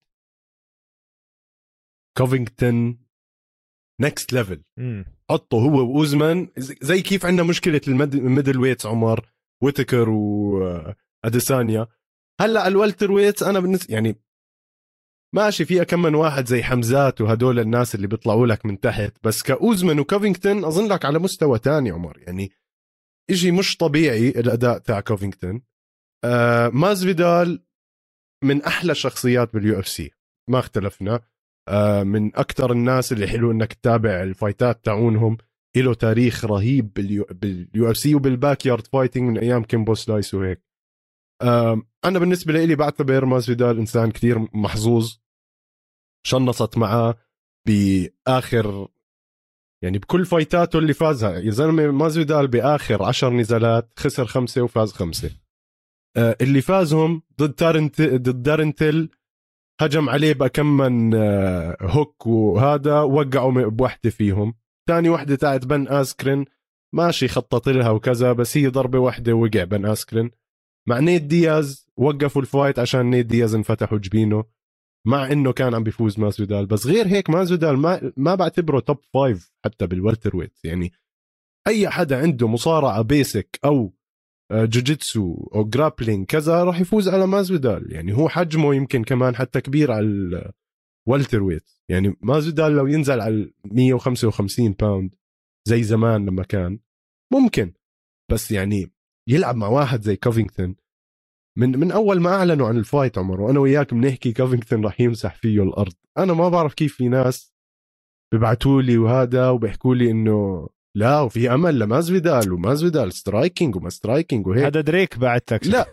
كوفينغتون نكست ليفل. حطه هو وأوزمان زي كيف عندنا مشكلة الميدل ويتس عمر ويتكر وأديسانيا. هلا الوالتر ويتس أنا بالنسبة يعني ماشي فيها كم من واحد زي حمزات وهدول الناس اللي بيطلعوا لك من تحت، بس كأوزمان وكوفينغتون أظن لك على مستوى تاني عمر. يعني إشي مش طبيعي الأداء تاع كوفينغتون. مازفيدال من أحلى الشخصيات باليو اف سي، ما اختلفنا. من أكتر الناس اللي حلو إنك تتابع الفايتات تاعونهم. إله تاريخ رهيب باليو اف سي وبالباك يارد فايتنج من أيام كيمبو سلايس وهيك. أنا بالنسبة لي بعتبر مازفيدال إنسان كتير محظوظ، شنصت معاه بآخر يعني بكل فايتاته اللي فازها يا زلمة. مازفيدال بآخر 10 نزالات خسر 5 وفاز 5. اللي فازهم ضد دارنتل هجم عليه بكم من هوك وهذا وقعوا بوحدة فيهم. تاني وحدة تاعت بن آسكرين ماشي خطط لها وكذا، بس هي ضربة واحدة وقع بن آسكرين. مع نيت دياز وقفوا الفايت عشان نيت دياز انفتحوا جبينه، مع انه كان عم بيفوز مازفيدال. بس غير هيك مازفيدال ما بعتبره توب 5 حتى بالوالتر ويت. يعني اي حدا عنده مصارعة بيسك او جوجيتسو او جرابلينج كذا راح يفوز على مازفيدال. يعني هو حجمه يمكن كمان حتى كبير على الوالتر ويت. يعني مازفيدال لو ينزل على 155 باوند زي زمان لما كان ممكن، بس يعني يلعب مع واحد زي كوفينغتون من اول ما اعلنوا عن الفايت عمر، وانا وياك بنحكي كوفينغتون راح يمسح فيه الارض. انا ما بعرف كيف في ناس ببعتوا لي وهذا وبيحكوا لي انه لا وفي امل لمازفيدال ومازفيدال سترايكينج وما سترايكينج وهيك. هذا دريك بعتك لا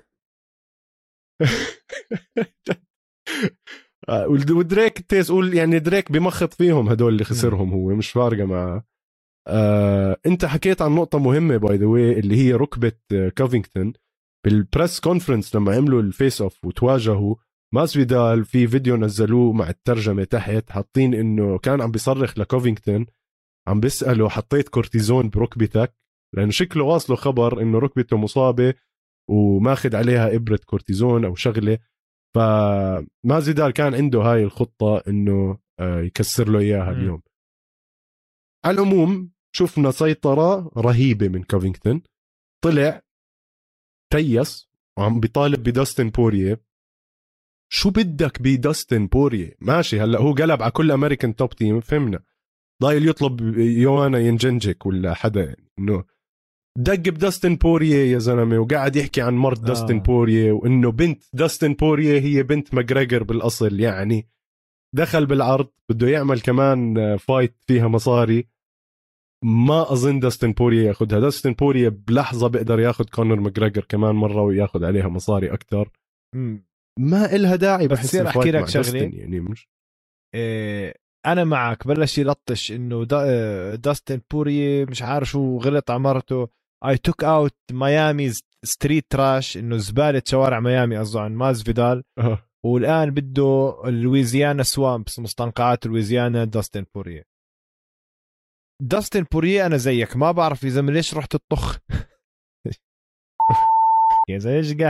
ودريك تقول يعني دريك بمخط فيهم هدول اللي خسرهم، هو مش فارقه معه. انت حكيت عن نقطه مهمه باي ذا واي اللي هي ركبه كوفينغتون. بالبريس كونفرنس لما عملوا الفيس اوف وتواجهوا ماسفيدال في فيديو نزلوه مع الترجمه تحت حاطين انه كان عم بيصرخ لكوفينغتون عم بيسأله حطيت كورتيزون بركبتك، لانه شكله واصله خبر انه ركبته مصابه وماخذ عليها ابره كورتيزون او شغله. فمازفيدال كان عنده هاي الخطه انه يكسر له اياها اليوم. على العموم شفنا سيطره رهيبه من كوفينغتون، طلع تيس وعم بيطالب بداستن بوريه. شو بدك بداستن بوريه؟ ماشي هلا هو قلب على كل امريكان توب تيم فهمنا، ضايل يطلب يوانا ينجنجك ولا حدا يعني انه دق بداستن بوريه يا زلمه، وقاعد يحكي عن مرت داستن بوريه وانه بنت داستن بوريه هي بنت ماجريجر بالاصل. يعني دخل بالعرض بده يعمل كمان فايت فيها مصاري، ما اظن داستن بوريه ياخذها. داستن بوريه بلحظه بيقدر ياخذ كونر ماجريجر كمان مره وياخذ عليها مصاري اكثر. ما إلها داعي. بس بصير احكي لك شغله يعني مش انا معك. بلش يلطش انه داستن بوريه مش عارف شو غلط على مرته. I took out ميامي ستريت تراش، انه زباله شوارع ميامي قصده عن مازفيدال. والان بده لويزيانا سوامبس، مستنقعات لويزيانا داستن بوريه. داستن بوريه انا زيك ما بعرف يا زلمه ليش رحت تطخ يا زلمه ايش قال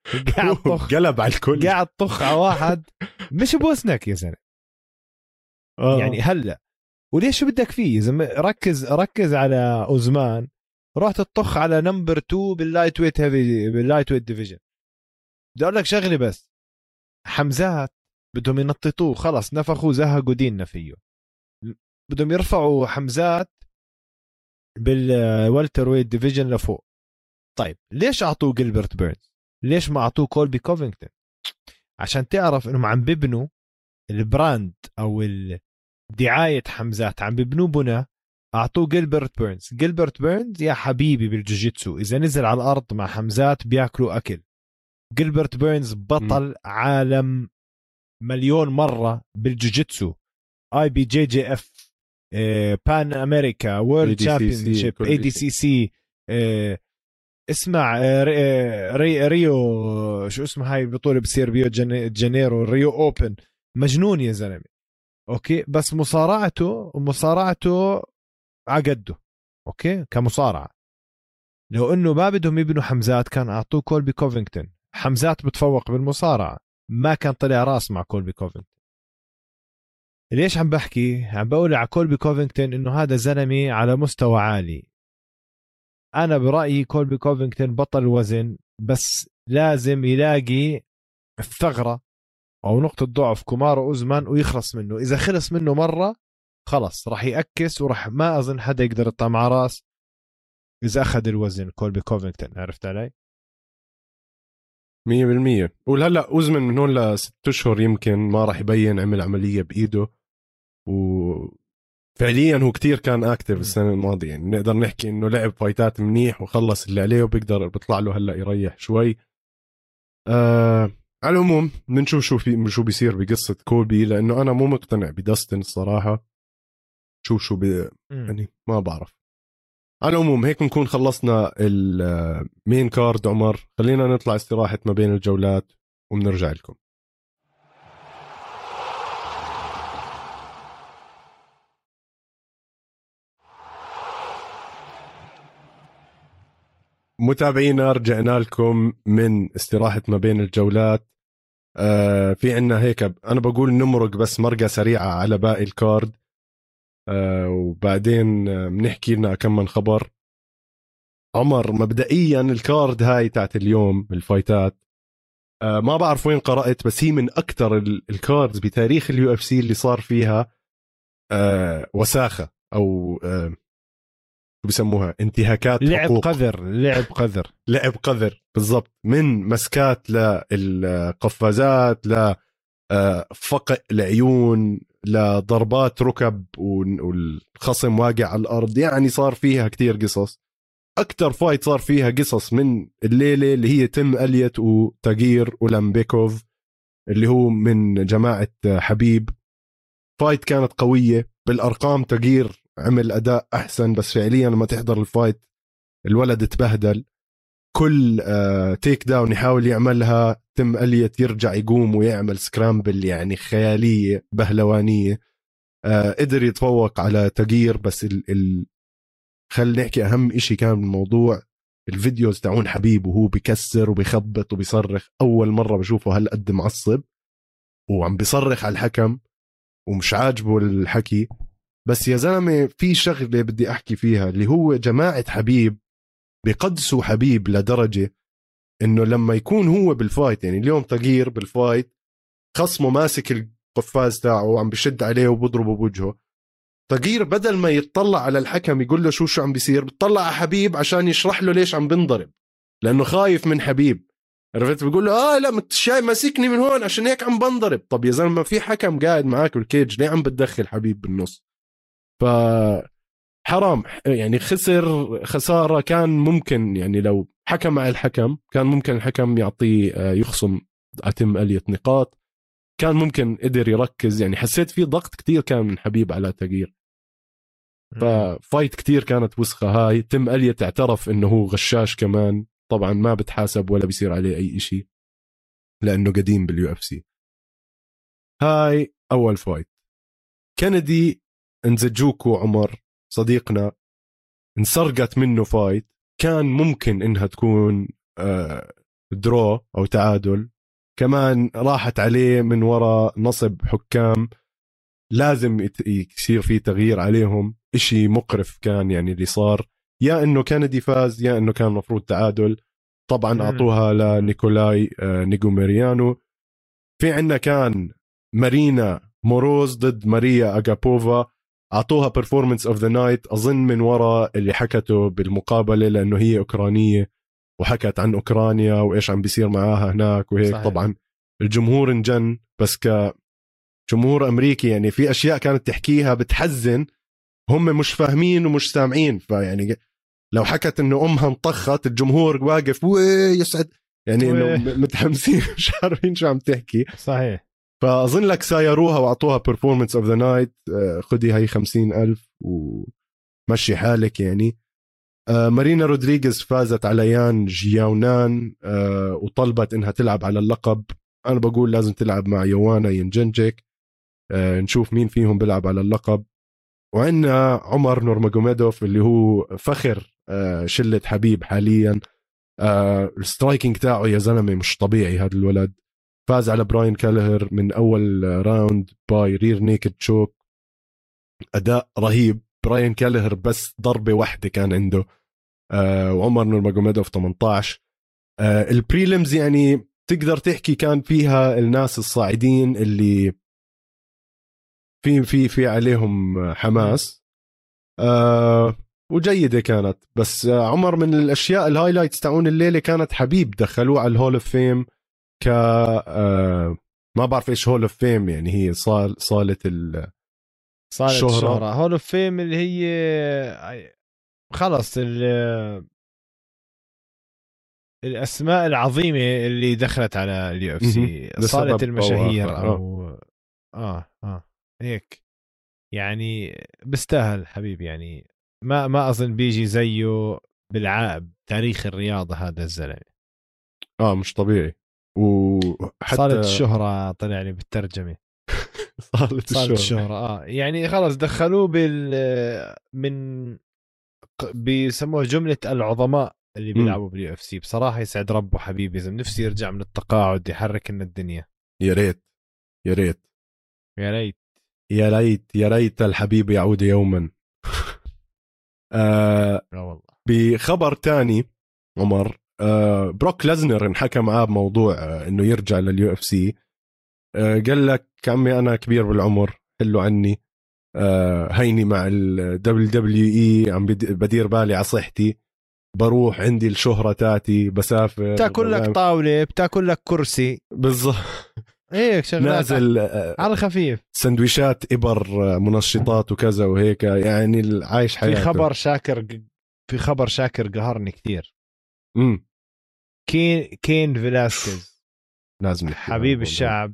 قاعد طخ قلب على الكل، قاعد طخ على واحد مش بوسنك يا زلمه. يعني هلا وليش شو بدك فيه يا زلمه؟ ركز على اوزمان، رحت تطخ على نمبر 2 باللايت ويت هيفي، باللايت ويت ديفيجن. بدي اقول لك شغله بس، حمزات بدهم ينططوه خلص، نفخوا زهقوا ديننا فيه، بدهم يرفعوا حمزات بالوالتر ويت ديفيجن لفوق. طيب ليش اعطوه جيلبرت بيرنز؟ ليش ما اعطوه كولبي كوفينغتون؟ عشان تعرف انهم عم ببنوا البراند او دعايه حمزات، عم ببنوا بنا. اعطوه جيلبرت بيرنز يا حبيبي بالجوجيتسو، اذا نزل على الارض مع حمزات بياكلوا اكل. جيلبرت بيرنز بطل عالم مليون مره بالجوجيتسو، اي بي جي جي اف، بان امريكا، وورلد تشامبيونشيب، اي دي سي سي. اسمع ريو شو اسمه هاي البطوله بتصير بيو جانيرو، ريو اوبن. مجنون يا زلمه. اوكي بس مصارعته عقده. اوكي كمصارعه، لو انه ما بدهم يبنوا حمزات كان اعطوه كولبي كوفينغتون. حمزات بتفوق بالمصارعه، ما كان طلع راس مع كولبي كوفينغتون. ليش عم بحكي؟ عم بقول على كولبي كوفينغتون انه هذا زلمه على مستوى عالي. انا برايي كولبي كوفينغتون بطل وزن، بس لازم يلاقي الثغره او نقطه ضعف كومارو اوزمان ويخلص منه. اذا خلص منه مره خلص راح يأكس، وراح ما اظن حدا يقدر يطلع مع راس اذا اخذ الوزن كولبي كوفينغتون. عرفت علي؟ 100%. وهلا اوزمان من هون ل6 اشهر يمكن ما راح يبين، عمل عمليه بايده، وفعليا هو كتير كان اكتف السنه الماضيه. يعني نقدر نحكي انه لعب فايتات منيح وخلص اللي عليه، وبيقدر بيطلع له هلا يريح شوي. على العموم بنشوف شو بيصير بقصه كولبي، لانه انا مو مقتنع بداستن الصراحه. شو يعني ما بعرف. على العموم هيك نكون خلصنا المين كارد. عمر خلينا نطلع استراحة ما بين الجولات وبنرجع لكم. متابعينا رجعنا لكم من استراحة ما بين الجولات. في عنا هيك أنا بقول نمرق بس مرقة سريعة على باقي الكارد، وبعدين بنحكي لنا كم من خبر. عمر مبدئيا الكارد هاي تاعت اليوم الفايتات، ما بعرف وين قرأت، بس هي من أكتر الكاردز بتاريخ اليو اف سي اللي صار فيها وساخة أو شو بسموها، انتهاكات حقوق. لعب قذر بالضبط، من مسكات للقفازات، لفقع العيون، لضربات ركب، والخصم واقع على الأرض. يعني صار فيها كتير قصص. أكتر فايت صار فيها قصص من الليلة اللي هي تيم أليت وتاغير ولامبيكوف اللي هو من جماعة حبيب. فايت كانت قوية بالأرقام، تاغير عمل أداء أحسن، بس فعليا لما تحضر الفايت الولد تبهدل. كل تيك داون يحاول يعملها تيم أليت يرجع يقوم ويعمل سكرامبل، يعني خيالية بهلوانية. قدر يتفوق على تاغير. بس خلينا نحكي أهم إشي كان بالموضوع الفيديوز تاعون حبيب وهو بيكسر وبيخبط وبيصرخ. أول مرة بشوفه هالقد معصب وعم بيصرخ على الحكم ومش عاجبه الحكي. بس يا زلمة في شغلة بدي أحكي فيها، اللي هو جماعة حبيب بيقدسوا حبيب لدرجة إنه لما يكون هو بالفايت، يعني اليوم تغيير بالفايت خصمه ماسك القفاز تاعه وعم بشد عليه وبضربه بوجهه، تغيير بدل ما يتطلع على الحكم يقول له شو عم بيصير، بتطلع على حبيب عشان يشرح له ليش عم بنضرب، لأنه خايف من حبيب. عرفت؟ بيقول له لا متشاي ماسكني من هون عشان هيك عم بنضرب. طب يا زلمة في حكم قاعد معاك بالكيج، ليه عم بتدخل حبيب بالنص؟ ف حرام يعني. خسر خسارة كان ممكن، يعني لو حكم على الحكم كان ممكن الحكم يعطيه يخصم أتم آلية نقاط، كان ممكن قدر يركز. يعني حسيت في ضغط كتير كان من حبيب على تغيير. ففايت كتير كانت وسخة هاي. تم آلية اعترف انه هو غشاش كمان، طبعا ما بتحاسب ولا بيصير عليه اي اشي لانه قديم باليو اف سي. هاي اول فايت. كندي انزجوكو عمر صديقنا انسرقت منه فايت كان ممكن انها تكون درو أو تعادل، كمان راحت عليه من وراء نصب حكام لازم يصير في تغيير عليهم. إشي مقرف كان يعني اللي صار، يا إنه كندي فاز يا إنه كان مفروض تعادل. طبعا أعطوها لنيكولاي نيغوميريانو. في عنا كان مارينا موروز ضد ماريا أغابوفا، أعطوها performance of the night أظن من وراء اللي حكته بالمقابلة، لأنه هي أوكرانية وحكت عن أوكرانيا وإيش عم بيصير معاها هناك وهيك. صحيح. طبعا الجمهور انجن، بس كجمهور أمريكي يعني في أشياء كانت تحكيها بتحزن، هم مش فاهمين ومش سامعين. فيعني لو حكت إنه أمها انطخت الجمهور واقف يسعد يعني إنه متحمسين مش عارفين شو عم تحكي. صحيح. فأظن لك سايروها وأعطوها performance of the night. خدي هاي 50,000 ومشي حالك يعني. مارينا رودريغيز فازت على يان جياونان وطلبت إنها تلعب على اللقب. أنا بقول لازم تلعب مع يوانا ينجنجك، نشوف مين فيهم بيلعب على اللقب. وعندنا عمر نورماجوميدوف اللي هو فخر شلة حبيب حاليا. السترايكينج تاعه يا زلمة مش طبيعي هذا الولد. فاز على براين كالهر من أول راوند باي رير نيكد تشوك. أداء رهيب. براين كالهر بس ضربة واحدة كان عنده. وعمر نورماجوميدوف 18. البريلمز يعني تقدر تحكي كان فيها الناس الصاعدين اللي في عليهم حماس وجيدة كانت. بس عمر من الأشياء الهايلايتس تاعون الليلة كانت حبيب دخلوه على الهول اوف فيم ك ما بعرف ايش هول اوف فيم يعني، هي صالة الشهرة. هول اوف فيم اللي هي خلص الاسماء العظيمه اللي دخلت على اليو اف سي، صالة المشاهير او هيك يعني. بيستاهل حبيب يعني. ما اظن بيجي زيه بالعاب تاريخ الرياضه هذا الزلمه. مش طبيعي. وحتى صالة الشهرة طلع لي بالترجمة. صالة الشهرة يعني خلص دخلوه من بيسموها جملة العظماء اللي بيلعبوا باليو اف سي. بصراحة يسعد ربه حبيبي، إذا نفسي يرجع من التقاعد يحرك لنا الدنيا. يا ريت يا ريت يا ريت يا ريت يا ريت الحبيب يعود يوما. والله. بخبر تاني عمر، بروك لازنر انحكى معاه بموضوع انه يرجع لليو اف سي. قال لك عمي انا كبير بالعمر، حلوا عني، هيني مع الدبليو دبليو اي، عم بدير بالي على صحتي، بروح عندي الشهرة تاتي، بسافر، بتاكل لك طاولة، بتاكل لك كرسي بالضبط هيك شغلات نازل على خفيف، سندويشات إبر منشطات وكذا وهيك يعني عايش حياته. في خبر شاكر قهرني كتير. امم كين فيلاسكيز لازم حبيب الشعب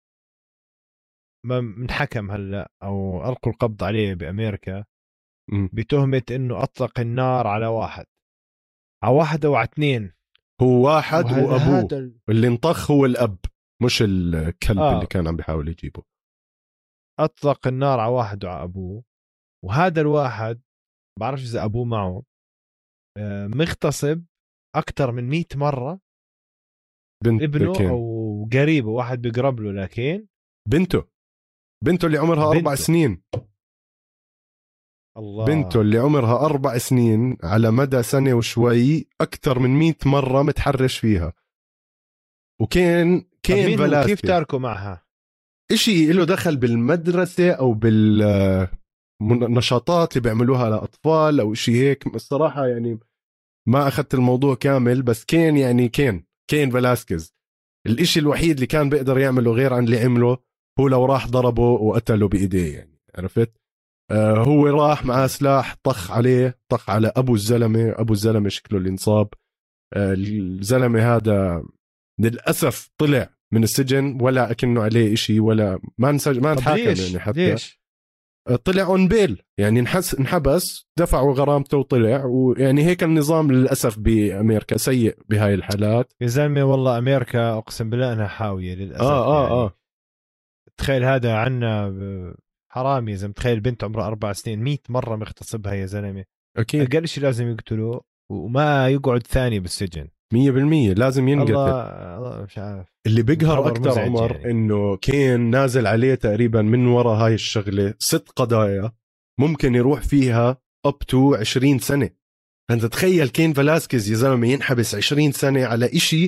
ما منحكم هلا او القوا القبض عليه بامريكا بتهمه انه اطلق النار على واحد او على اثنين. هو واحد وابوه اللي انطخ هو الاب مش الكلب اللي كان عم بيحاول يجيبه. اطلق النار على واحد وعلى ابوه، وهذا الواحد بعرفش اذا ابوه معه مغتصب اكثر من 100 مره بنت ابنه كين. او قريبه، واحد بيقرب له، لكن بنته اللي عمرها 4 سنين. الله. بنته اللي عمرها 4 سنين على مدى سنة وشوي أكثر من 100 مرة متحرش فيها. وكين فلاسكيز كيف تاركوا معها؟ إشي له دخل بالمدرسة أو بالنشاطات اللي بيعملوها لأطفال أو إشي هيك. الصراحة يعني ما أخذت الموضوع كامل، بس كين فلاسكيز الإشي الوحيد اللي كان بيقدر يعمله غير عن اللي عمله هو لو راح ضربه وقتله بإيديه يعني، عرفت؟ هو راح معاه سلاح، طخ على أبو الزلمة شكله اللي انصاب. الزلمة هذا للأسف طلع من السجن ولا أكنه عليه إشي ولا ما نتحاكم يعني. حتى ليش؟ طلع اون بيل يعني، انحبس، دفعوا غرامته وطلع. ويعني هيك النظام للأسف بأمريكا سيء بهاي الحالات يا زلمة. والله أمريكا أقسم بالله أنها حاوية للأسف. يعني تخيل هذا عنا حرامي، إذا متخيل بنت عمرها 4 سنين 100 مرة مغتصبها يا زلمة. أكيد أقل شيء لازم يقتلوه وما يقعد ثاني بالسجن. 100% لازم ينقتل. الله مش عارف. اللي بيقهر خبر اكثر مزعج عمر يعني. انه كين نازل عليه تقريبا من وراء هاي الشغله 6 قضايا ممكن يروح فيها up to 20 سنه. انت تخيل كين فلاسكيز يا زلمه ينحبس 20 سنه على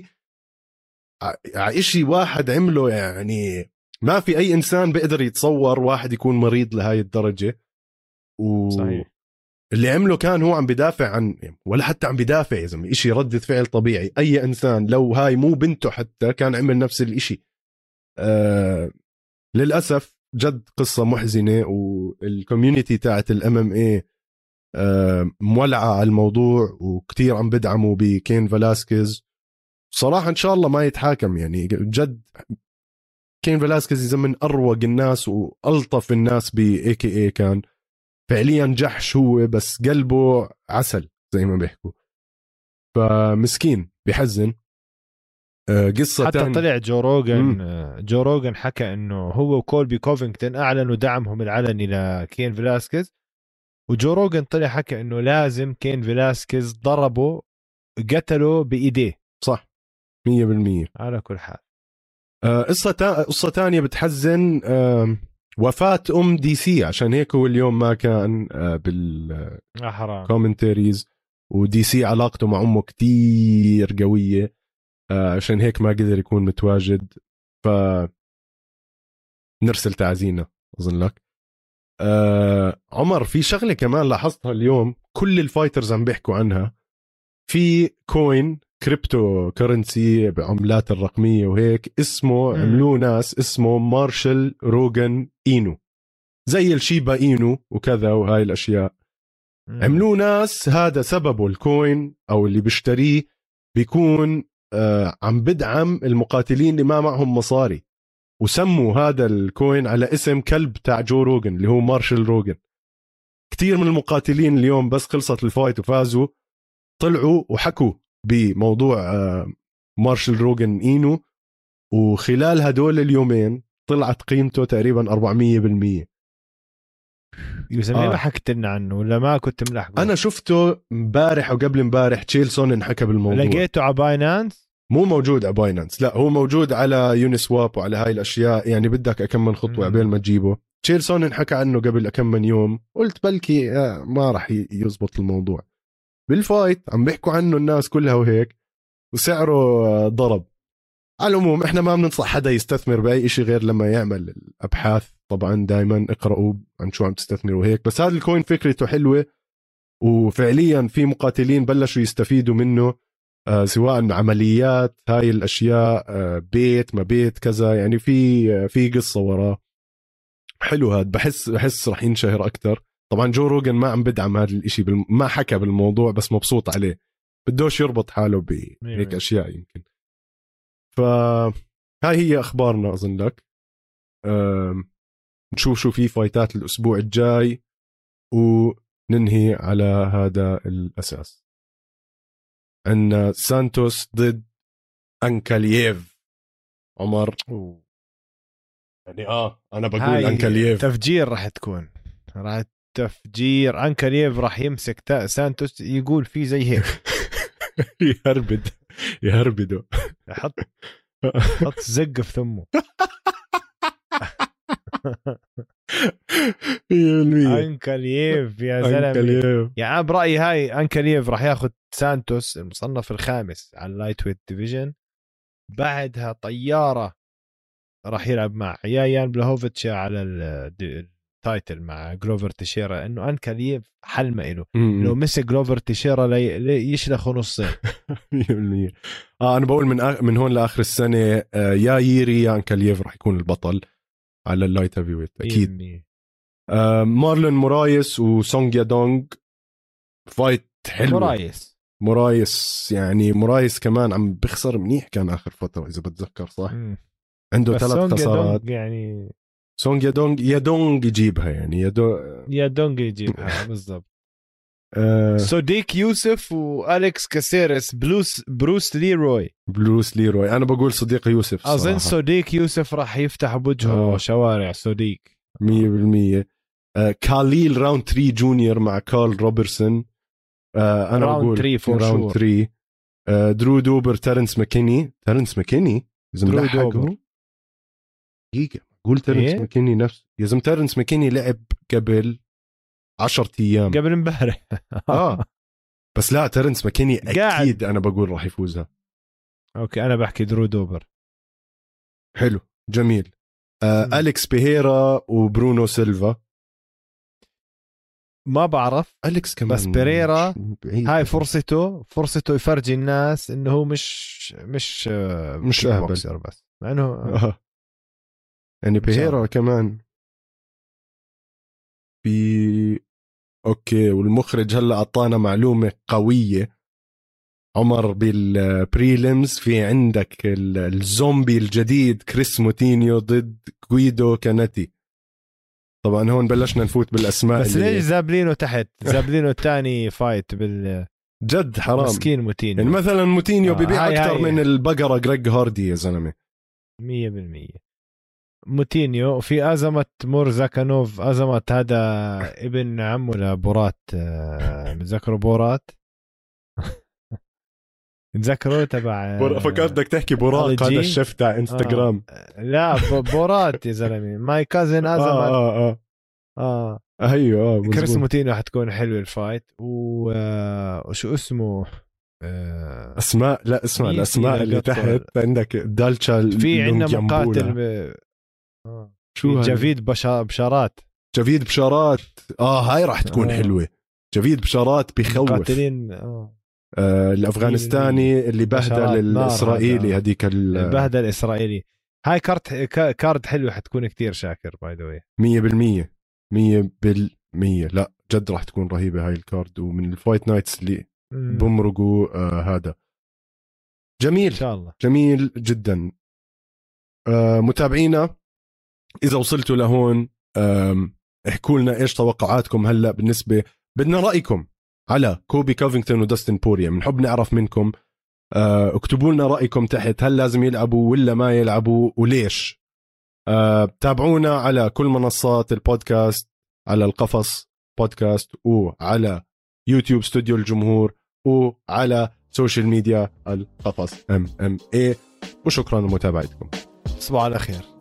إشي واحد عمله. يعني ما في اي انسان بيقدر يتصور واحد يكون مريض لهاي الدرجه. صحيح. اللي عمله كان هو عم بدافع عن، ولا حتى عم بدافع يا زلمه، إشي ردة فعل طبيعي. اي انسان لو هاي مو بنته حتى كان عمل نفس الإشي. للاسف جد قصه محزنه، والكوميونتي تاعت الMMA مولعه على الموضوع وكتير عم بدعموا بكين فلاسكيز. صراحه ان شاء الله ما يتحاكم. يعني جد كين فلاسكيز من اروق الناس والطف الناس AKA. كان فعليا جحش هو، بس قلبه عسل زي ما بيحكوا. فمسكين بيحزن. قصة حتى طلع جو روغان حكى انه هو وكولبي كوفينغتون اعلنوا دعمهم العلني لكين فلاسكيز، وجو روغان طلع حكى انه لازم كين فلاسكيز ضربه قتله بايديه. صح 100%. على كل حال قصة تانية بتحزن. وفاة DC، عشان هيك هو اليوم ما كان بالكومنتاريز. DC علاقته مع أمه كتير قوية، عشان هيك ما قدر يكون متواجد. ف نرسل تعزينا أظن لك. عمر في شغلة كمان لاحظتها اليوم، كل الفايترز عم بيحكوا عنها. في كوين كريبتو كرنسي بعملات الرقمية وهيك اسمه عملوه ناس اسمه مارشال روغان إينو، زي الشيبا إينو وكذا وهاي الأشياء. عملوه ناس هذا سببه الكوين أو اللي بيشتريه بيكون عم بدعم المقاتلين اللي ما معهم مصاري، وسموا هذا الكوين على اسم كلب تاع جو روغان اللي هو مارشال روغان. كتير من المقاتلين اليوم بس خلصت الفايت وفازوا طلعوا وحكوا بموضوع مارشال روغان إينو، وخلال هدول اليومين طلعت قيمته تقريبا 400%. يوسف ما حكت لنا عنه ولا ما كنت ملاحظه؟ أنا شفته مبارح وقبل مبارح، تشيلسون انحكى بالموضوع. لقيته على باينانس؟ مو موجود على باينانس، لا هو موجود على يونيسواب وعلى هاي الأشياء. يعني بدك أكم من خطوة قبل ما تجيبه. تشيلسون انحكى عنه قبل أكم من يوم، قلت بلكي ما رح يزبط الموضوع. بالفايت عم بيحكوا عنه الناس كلها وهيك، وسعره ضرب. على العموم احنا ما بننصح حدا يستثمر بأي شيء غير لما يعمل الأبحاث. طبعا دايما اقرأوا عن شو عم تستثمروا وهيك. بس هذا الكوين فكرته حلوة، وفعليا في مقاتلين بلشوا يستفيدوا منه، سواء عمليات هاي الأشياء، بيت ما بيت كذا. يعني في قصة وراه حلو. هاد بحس رح ينشهر أكتر. طبعا جو روغان ما عم بدعم هذا الاشي ما حكى بالموضوع، بس مبسوط عليه، بدوش يربط حاله بهيك أشياء يمكن. فهاي هي أخبارنا أظن لك. نشوف شو في فايتات الأسبوع الجاي وننهي على هذا الأساس. عندنا سانتوس ضد أنكالييف. عمر يعني أنا بقول أنكالييف تفجير راح تكون، تفجير. أنكالييف راح يمسك سانتوس يقول فيه زي هيك يهربده حط زق في ثمه. أنكالييف يا زلمة. يعني برأيي هاي أنكالييف راح ياخد سانتوس المصنف الخامس على اللايت ويت ديفيجن، بعدها طيارة راح يلعب مع يان بلاهوفيتش على التايتل مع جلوفر تيشيرا. انه أنكالييف حل ما إله لو مسك جلوفر تيشيرا يشلخه نصين. انا بقول من هون لاخر السنه يا ييري يا أنكالييف راح يكون البطل على اللايت هيفي ويت اكيد. مارلون مورايس وسونج يادونغ فايت حلو. مورايس يعني مورايس كمان عم بخسر منيح كان اخر فتره اذا بتذكر صح. عنده 3 خسارات. يعني سونج يادونغ يجيبها، يعني يادونغ يجيبها بالضبط. صديق يوسف وأليكس كاسيرس بروس ليروي. أنا بقول صديق يوسف صراحة. أظن صديق يوسف راح يفتح بوجهه شوارع صديق 100%. كاليل راوند 3 جونيور مع كارل روبرتسون. أنا بقول راوند 3. درو دوبر، تيرنس ماكيني درو دوبر دقيقة قول تيرنس إيه؟ ماكيني نفس يا زلمة. تيرنس ماكيني لعب قبل 10 أيام قبل امبارح. بس لا تيرنس ماكيني قاعد. أكيد أنا بقول راح يفوزها. اوكي انا بحكي درو دوبر. حلو جميل. أليكس بيهيرا وبرونو سيلفا. ما بعرف أليكس كمان بس بيريرا هاي فرصة فرصته يفرجي الناس انه هو مش أهبل بوكسر بس مع انه يعني بيهيرا كمان في اوكي. والمخرج هلا اعطانا معلومه قويه عمر بالبريليمز. في عندك الزومبي الجديد كريس موتينيو ضد غويدو كاناتي. طبعا هون بلشنا نفوت بالاسماء بس ليش زابلينه تحت؟ زابلينه الثاني فايت جد حرام مسكين موتينيو. يعني مثلا موتينيو بيبيع اكثر هاي. من البقره جريج هاردي يا زلمه 100%. موتينيو. وفي أزمة مورزاكانوف، أزمة هذا ابن عمه لبورات، متذكروا بورات؟ تذكروا تبع فكرت بدك تحكي براق هذا الشيف تاع انستغرام. لا بورات يا زلمه ماي كازن أزمة. ايوه كريس موتينيو حتكون حلوه الفايت. وشو اسمه اسماء. لا اسمع الاسماء اللي تحت عندك دالتشا في عندنا مقاتل شو جافيد بشارات. جافيد بشارات هاي راح تكون حلوه. جافيد بشارات بخوف. مقاتلين الافغانستاني اللي بهدل الاسرائيلي هذيك بهدل الاسرائيلي. هاي كارد حلوه حتكون كتير شاكر باي ذا واي 100%. لا جد راح تكون رهيبه هاي الكارد. ومن الفايت نايتس اللي بمرقوا هذا جميل ان شاء الله. جميل جدا. متابعينا اذا وصلتوا لهون احكوا لنا ايش توقعاتكم هلا بالنسبه. بدنا رايكم على كوبي كوفينغتون وداستن بوريا. بنحب نعرف منكم. اكتبوا لنا رايكم تحت. هل لازم يلعبوا ولا ما يلعبوا وليش؟ تابعونا على كل منصات البودكاست، على القفص بودكاست، وعلى يوتيوب استوديو الجمهور، وعلى سوشيال ميديا القفص MMA. وشكرا لمتابعتكم. تصبحوا على خير.